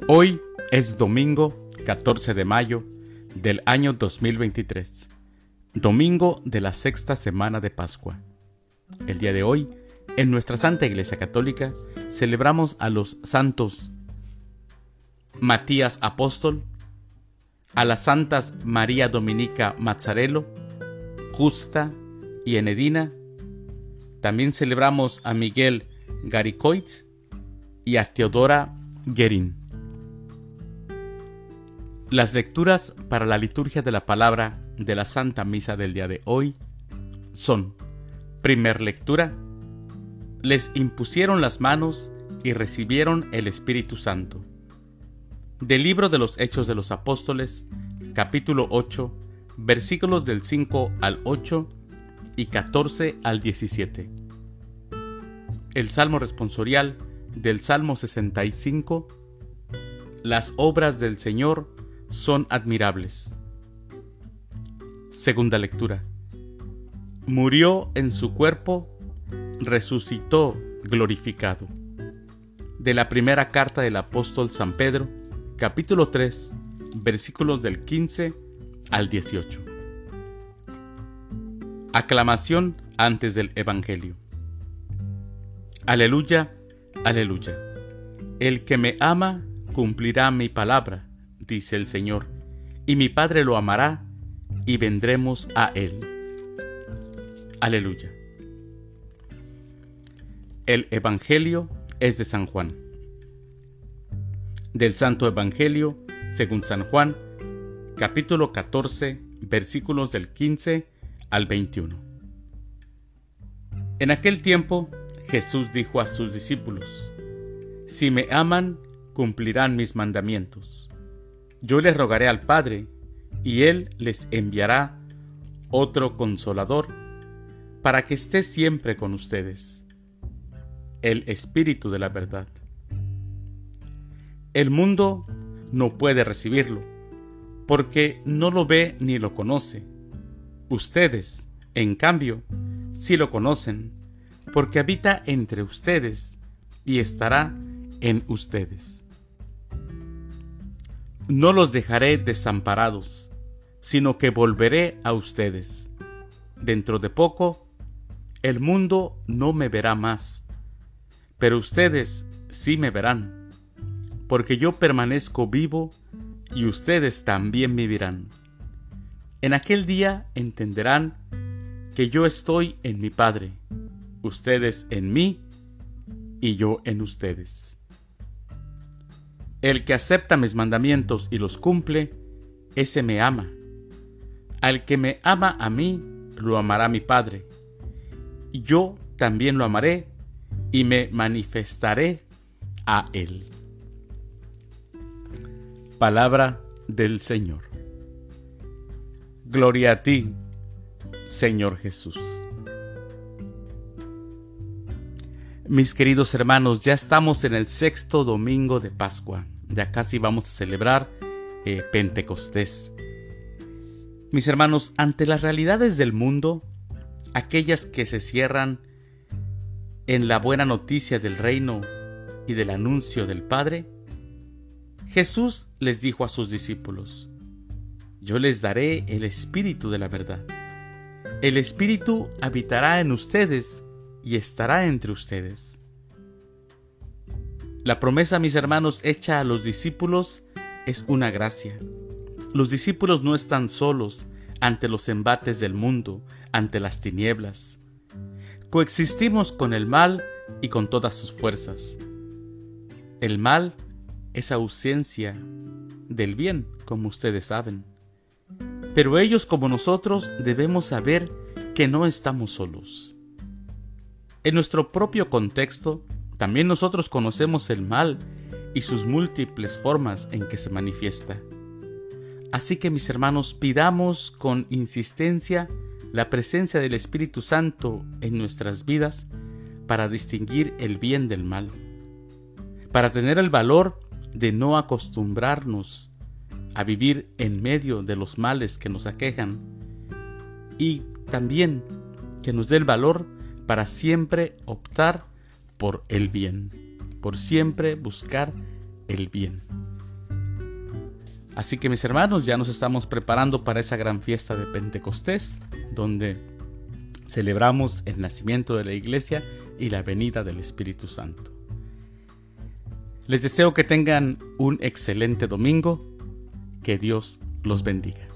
Hoy es domingo 14 de mayo del año 2023, domingo de la sexta semana de Pascua. El día de hoy, en nuestra Santa Iglesia Católica, celebramos a los santos Matías Apóstol, a las santas María Dominica Mazzarello, Justa y Enedina. También celebramos a Miguel Garicoitz y a Teodora Guerin. Las lecturas para la liturgia de la palabra de la Santa Misa del día de hoy son: primer lectura, les impusieron las manos y recibieron el Espíritu Santo. Del libro de los Hechos de los Apóstoles, capítulo 8, versículos del 5 al 8 y 14 al 17. El Salmo responsorial del Salmo 65. Las obras del Señor son admirables. Segunda lectura. Murió en su cuerpo, resucitó glorificado. De la primera carta del apóstol San Pedro, capítulo 3, versículos del 15 al 18. Aclamación antes del Evangelio. Aleluya, aleluya. El que me ama cumplirá mi palabra, dice el Señor, y mi Padre lo amará, y vendremos a él. Aleluya. El Evangelio es de San Juan. Del Santo Evangelio según San Juan, capítulo 14, versículos del 15 al 21. En aquel tiempo, Jesús dijo a sus discípulos: Si me aman, cumplirán mis mandamientos. Yo les rogaré al Padre, y Él les enviará otro Consolador, para que esté siempre con ustedes, el Espíritu de la verdad. El mundo no puede recibirlo, porque no lo ve ni lo conoce. Ustedes, en cambio, sí lo conocen, porque habita entre ustedes y estará en ustedes. No los dejaré desamparados, sino que volveré a ustedes. Dentro de poco, el mundo no me verá más, pero ustedes sí me verán, porque yo permanezco vivo y ustedes también vivirán. En aquel día entenderán que yo estoy en mi Padre, ustedes en mí y yo en ustedes. El que acepta mis mandamientos y los cumple, ese me ama. Al que me ama a mí, lo amará mi Padre, y yo también lo amaré y me manifestaré a él. Palabra del Señor. Gloria a ti, Señor Jesús. Mis queridos hermanos, ya estamos en el sexto domingo de Pascua. Ya casi vamos a celebrar Pentecostés. Mis hermanos, ante las realidades del mundo, aquellas que se cierran en la buena noticia del reino y del anuncio del Padre, Jesús les dijo a sus discípulos: Yo les daré el Espíritu de la verdad. El Espíritu habitará en ustedes y estará entre ustedes. La promesa, mis hermanos, hecha a los discípulos es una gracia. Los discípulos no están solos ante los embates del mundo, ante las tinieblas. Coexistimos con el mal y con todas sus fuerzas. El mal es ausencia del bien, como ustedes saben. Pero ellos, como nosotros, debemos saber que no estamos solos. En nuestro propio contexto, también nosotros conocemos el mal y sus múltiples formas en que se manifiesta. Así que, mis hermanos, pidamos con insistencia la presencia del Espíritu Santo en nuestras vidas para distinguir el bien del mal, para tener el valor de no acostumbrarnos a vivir en medio de los males que nos aquejan, y también que nos dé el valor para siempre optar por el bien, por siempre buscar el bien. Así que mis hermanos, ya nos estamos preparando para esa gran fiesta de Pentecostés, donde celebramos el nacimiento de la iglesia y la venida del Espíritu Santo. Les deseo que tengan un excelente domingo. Que Dios los bendiga.